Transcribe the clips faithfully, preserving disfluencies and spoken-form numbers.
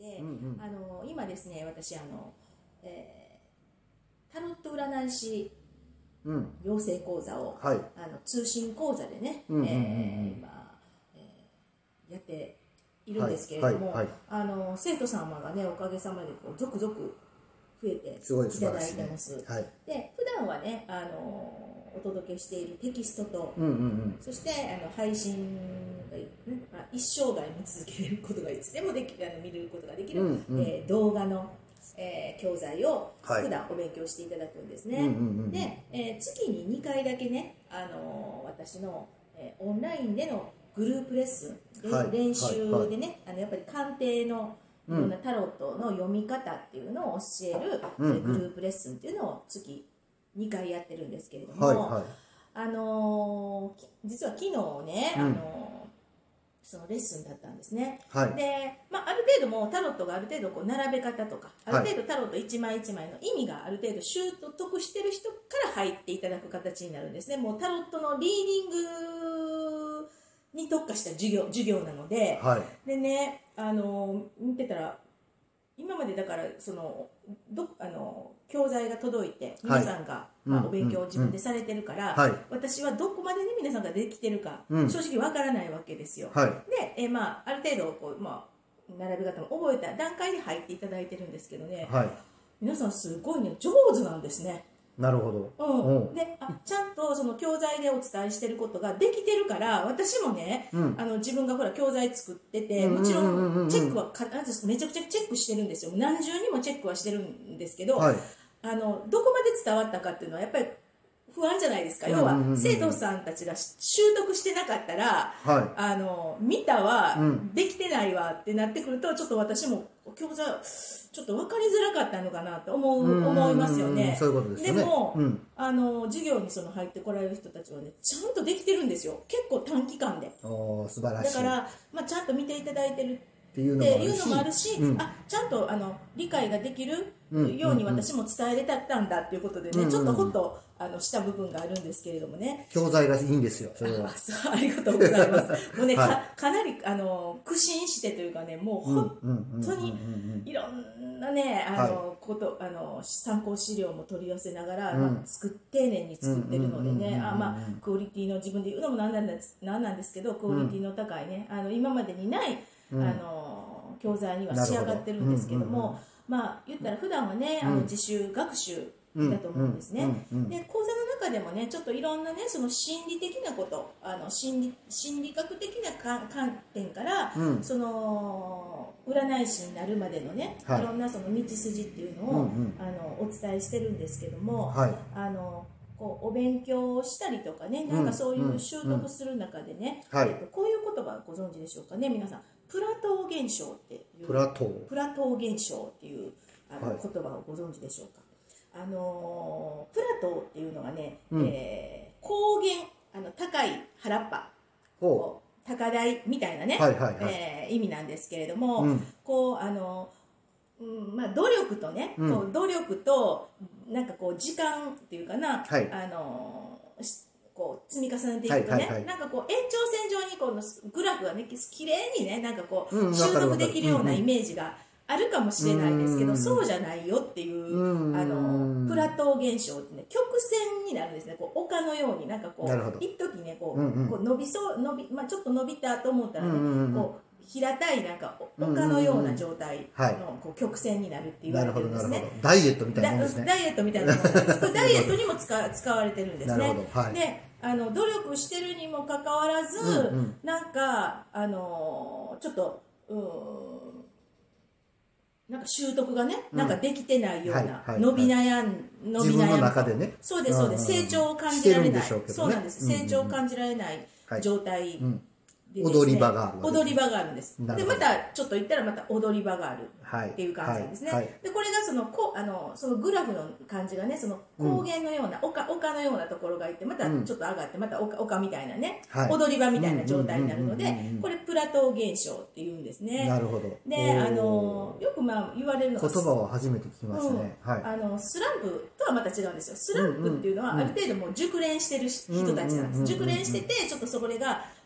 て、うんうん、あの今ですね、私あの、えー、タロット占い師養成講座を、はい、あの通信講座でね、今、えー、やっているんですけれども、はいはいはい、あの生徒様がね、おかげさまでこう続々増えていただいてます。す、ね、はい、で普段はね、あのお届けしているテキストと、うんうんうん、そしてあの配信が、まあ、一生涯見続けることがいつでもできあの見ることができる、うんうん、えー、動画の、えー、教材を普段お勉強していただくんですね。はい、で、えー、月ににかいだけね、あのー、私の、えー、オンラインでのグループレッスンで、はい、練習でね、はいはい、あのやっぱり鑑定のいろんなタロットの読み方っていうのを教える、うんうん、グループレッスンっていうのを月にかいやってるんですけれども、はいはい、あのー、実は昨日ね、うん、あのー、そのレッスンだったんですね。はい、で、まあ、ある程度もうタロットがある程度こう並べ方とか、ある程度タロット一枚一枚の意味がある程度習得してる人から入っていただく形になるんですね。もうタロットのリーディングに特化した授業、授業なので、はい、でね、あのー、見てたら今までだからそのどあの教材が届いて皆さんが、はい、まあ、お勉強を自分でされてるから、うんうん、私はどこまでに皆さんができてるか、うん、正直わからないわけですよ。はい、で、えまあ、ある程度こう、まあ、並べ方も覚えた段階で入っていただいてるんですけどね、はい、皆さんすごいね上手なんですね。 なるほど、 うん、であちゃんとその教材でお伝えしてることができてるから、私もね、うん、あの自分がほら教材作ってて、もちろんチェックは必ずめちゃくちゃチェックしてるんですよ。何重にもチェックはしてるんですけど、はい、あのどこまで伝わったかっていうのはやっぱり不安じゃないですか。要は生徒さんたちが習得してなかったら、はい、あの見たは、うん、できてないわってなってくると、ちょっと私も教材ちょっと分かりづらかったのかなと思う思いますよね。 そういうことですよね。 でも、うん、あの授業にその入ってこられる人たちはね、ちゃんとできてるんですよ。結構短期間で。 お素晴らしい。 だから、まあ、ちゃんと見ていただいてるっていうのもあるし、うん、あちゃんとあの理解ができるように私も伝えれたんだっていうことでね、うんうんうん、ちょっとほっとあのした部分があるんですけれどもね。 教材がいいんですよ、それは。 あ, ありがとうございます。もうね、はい、か, かなりあの苦心してというかね、もう本当にいろんなね、あの、はい、ことあの参考資料も取り寄せながら、うん、まあ、作丁寧に作ってるのでね、あまあクオリティの自分で言うのもなんなんですなんなんですけど、クオリティの高いね、あの今までにない、うん、あの教材には仕上がってるんですけども、まあ言ったら普段はね、あの自習学習だと思うんですね。で講座の中でもね、ちょっといろんなね、その心理的なこと、あの心理心理学的な観点から、うん、その占い師になるまでのね、はい、いろんなその道筋っていうのを、うんうん、あのお伝えしてるんですけども、はい、あのこうお勉強をしたりとかね、なんかそういう習得する中でね、うんうん、えっと、こういう言葉ご存知でしょうかね、皆さん。プラトー現象っていうプラトープラトー現象っていうあの、はい、言葉をご存知でしょうか。あのー、プラトーっていうのがね、うん、えー、高原、あの高い原っぱ、こう高台みたいなね、はいはいはい、えー、意味なんですけれども、うん、こうあの、うん、まあ努力とね、うん、こう努力となんかこう時間っていうかな、はい、あのこう積み重ねていくとね、はいはいはい、なんかこう延長線上にこのグラフがねきれいにね、なんかこう、うん、習得できるようなイメージがあるかもしれないですけど、うん、そうじゃないよっていう、うん、あのプラトー現象ってね、曲線になるんですね。こう丘のようになんかこう一時ねこう、うんうん、こう伸びそう伸び、まあ、ちょっと伸びたと思ったらね、うんうん、こう平たいなんか丘のような状態のこう曲線になるって言われてるんですね。 ダイエットみたいなものですね。 ダイエットみたいなものです。ダイエットにも使使われてるんですね。はい、であの努力してるにもかかわらず、うんうん、なんかあのちょっとうーんなんか習得がね、うん、なんかできてないような、はいはいはい、伸び悩ん伸び悩ん自分の中でね、 そうですそうです、成長を感じられない、ね、そうなんです、成長を感じられない状態でですね、 踊り場がある踊り場があるんです。でまたちょっと言ったらまた踊り場があるっていう感じなんですね。はいはいはい、でこれがそのこあのそのグラフの感じがね、その高原のような、うん、丘丘のようなところがいて、またちょっと上がってまた 丘, 丘みたいなね、はい、踊り場みたいな状態になるので、これプラトー現象っていうんですね。 なるほど。 であのよくまあ言われるのが言葉を初めて聞きましたね。 うん、はい、あのスランプとはまた違うんですよ。スランプっていうのはある程度もう熟練してる人たちなんです。熟練しててちょっとそれが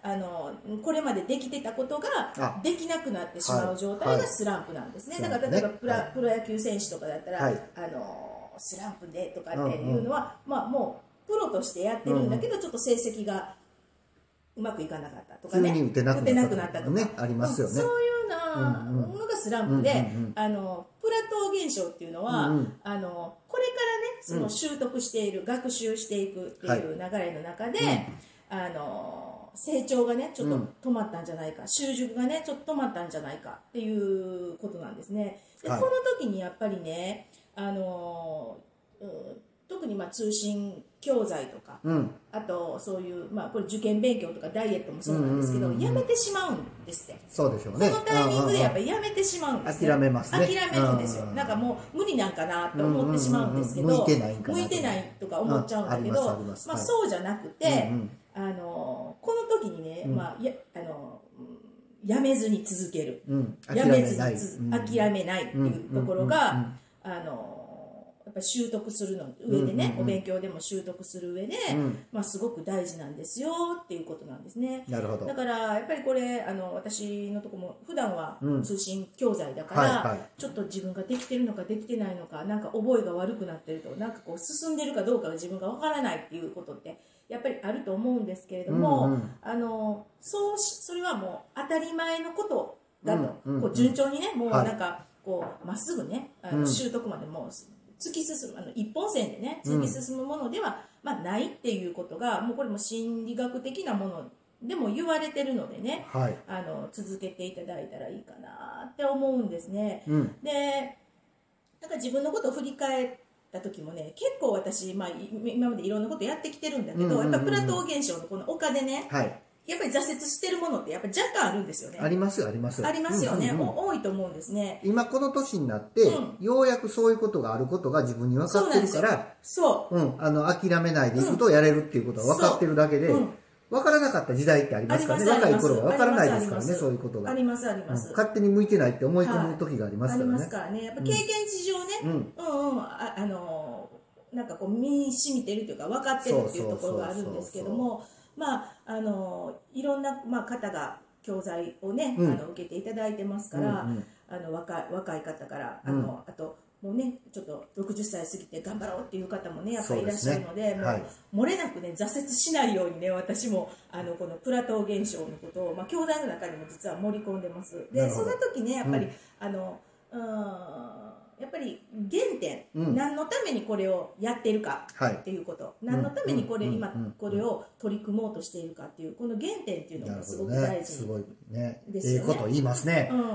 あのこれまでできてたことができなくなってしまう状態がスランプなんですね。だから例えばプロ、プロ野球選手とかだったら、はい、あのスランプでとかっていうのは、うんうん、まあ、もうプロとしてやってるんだけど、うん、ちょっと成績がうまくいかなかったとかね、 急に打てなくなったとかね、ありますよね。 そういうようなのがスランプで、あのプラトー現象っていうのは、うんうん、あのこれからねその習得している、うん、学習していくっていう流れの中で、はい、あの成長がねちょっと止まったんじゃないか、うん、習熟がねちょっと止まったんじゃないかっていうことなんですね。で、はい、この時にやっぱりね、あの、うん、特にまあ通信教材とか、うん、あとそういう、まあ、これ受験勉強とかダイエットもそうなんですけど、やめてしまうんですって。 そうでしょうね。 このタイミングでやっぱりやめてしまうんですね。 諦めますね。 諦めるんですよ。なんかもう無理なんかなと思ってしまうんですけど、 向いてないんかな向いてないとか思っちゃうんだけど、まあそうじゃなくて、うんうん、あのこの時にね、うん、まあやあのやめずに続ける、うん、やめずにつ、うん、諦めないっていうところが、あのやっぱ習得するの上でね、うんうんうん、お勉強でも習得する上で、うん、まあ、すごく大事なんですよっていうことなんですね。 なるほど。 だからやっぱりこれあの私のとこも普段は通信教材だから、うんはいはい、ちょっと自分ができてるのかできてないのか、なんか覚えが悪くなってると、なんかこう進んでるかどうかが自分がわからないっていうことってやっぱりあると思うんですけれども、うんうん、あのそうしそれはもう当たり前のことだと、うんうんうん、こう順調にねもうなんかこうまっすぐねあの習得までもう突き進むあの一本線でね突き進むものでは、うんまあ、ないっていうことがもうこれも心理学的なものでも言われてるのでね、はい、あの続けていただいたらいいかなって思うんですね。うん、でなんか自分のことを振り返った時もね結構私、まあ、今までいろんなことやってきてるんだけど、うんうんうん、やっぱプラトー現象のこの丘でね、はいやっぱり挫折してるものってやっぱり若干あるんですよね。 ありますよありますよ。 ありますよね、うんうんうん、多いと思うんですね。 今この年になって、うん、ようやくそういうことがあることが自分に分かってるからそう、うん、あの諦めないでいくとやれるっていうことは分かってるだけで、うん、分からなかった時代ってありますからね。若い頃は分からないですからねそういうことがありますあります、 うん、勝手に向いてないって思い込む時がありますからね、 はい、ありますからね。やっぱ経験値上ね、うん、うんうんああのなんかこう身に染みてるというか分かってるっていうところがあるんですけども、まあ、あのいろんな、まあ、方が教材をね、うん、あの受けていただいてますから、うんうん、あの若い若い方からあの、うん、あともうねちょっとろくじゅっさい過ぎて頑張ろうっていう方もねやっぱりいらっしゃるので、ね、もう、はい、漏れなくね挫折しないようにね私もあのこのプラトー現象のことを、まあ、教材の中にも実は盛り込んでます。でその時ねやっぱり、うん、あのうんやっぱり原点、うん、何のためにこれをやっているかっていうこと、はい、何のためにこれ、うん、今これを取り組もうとしているかっていうこの原点っていうのがすごく大事ですよね。 ええこと言いますね。うん、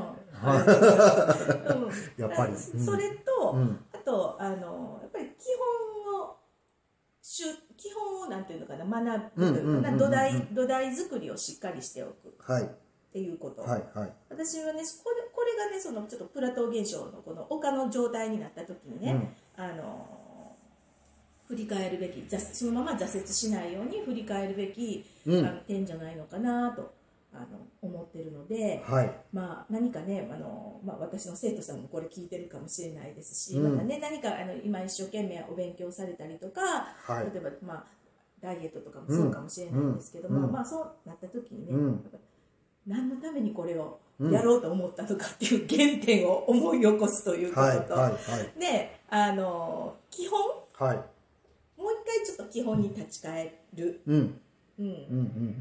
やっぱり、 それと、うん、あとあのやっぱり基本を基本をなんていうのかな学ぶというか土台土台作りをしっかりしておく。はいっていうこと、はいはい、私はねこれ、これがねそのちょっとプラトー現象のこの丘の状態になった時にね、うん、あの振り返るべきそのまま挫折しないように振り返るべき、うん、あの点じゃないのかなとあの思ってるので、はい、まあ、何かねあの、まあ、私の生徒さんもこれ聞いてるかもしれないですし、うん、またね何かあの今一生懸命お勉強されたりとか、はい、例えば、まあ、ダイエットとかもそうかもしれないんですけども、うん、まあ、そうなった時にね、うん何のためにこれをやろうと思ったとかっていう原点を思い起こすということと、はいはいはい、であの基本、はい、もう一回ちょっと基本に立ち返る、うんうんうんうん、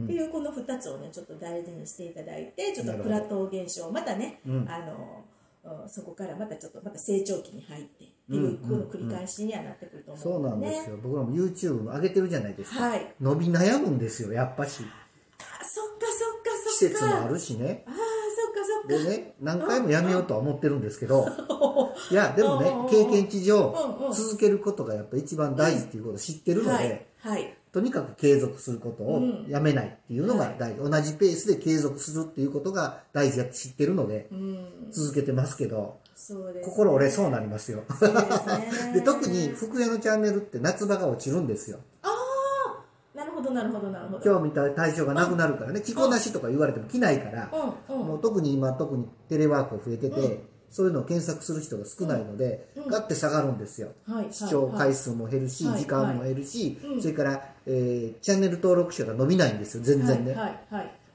っていうこのふたつをねちょっと大事にしていただいてちょっとプラトー現象またね、うん、あのそこからまたちょっとまた成長期に入ってっていうこの繰り返しにはなってくると思うので、ね、 そうなんですよ。僕らも YouTube も上げてるじゃないですか、はい、伸び悩むんですよやっぱし。 あそっかそっか季節もあるしね。 ああそっかそっか。 でね何回もやめようとは思ってるんですけどいやでもね経験値上続けることがやっぱ一番大事っていうことを知ってるので、はいはい、とにかく継続することをやめないっていうのが大事、はい、同じペースで継続するっていうことが大事だって知ってるので続けてますけど、そうですね、心折れそうになりますよ。そうですねで特に福江のチャンネルって夏場が落ちるんですよ。 なるほどなるほどなるほど。 興味対象がなくなるからね、着こなしとか言われても着ないから、うんうん、もう特に今特にテレワークが増えてて、うん、そういうのを検索する人が少ないので、うん、ガッて下がるんですよ、はい、視聴回数も減るし、はい、時間も減るし、はい、それから、えー、チャンネル登録者が伸びないんですよ全然ね、はいはいはい、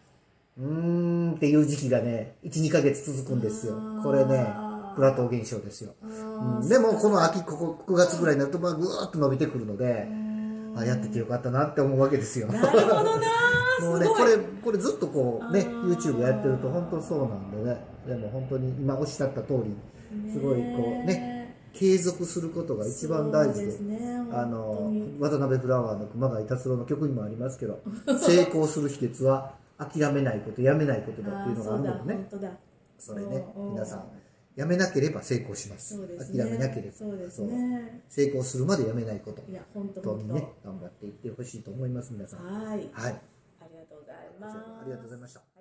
うーんっていう時期がねいちにかげつ続くんですよ。これねプラトー現象ですよ。うん、でもこの秋ここくがつぐらいになるとまあぐーっと伸びてくるので、あやっててよかったなって思うわけですよ。 なるほどなもうねこれこれずっとこうね YouTube やってると本当そうなんでね。でも本当に今おっしゃった通りすごいこうね継続することが一番大事で、ね、あの渡辺フラワーの熊谷達郎の曲にもありますけど成功する秘訣は諦めないことやめないことだっていうのがあるのでね。それね皆さんやめなければ成功します。ね、諦めなければそうですね、 成功するまでやめないこといや本当とにね頑張っていってほしいと思います皆さん。 はい、 はい、 ありがとうございます。 ありがとうございました。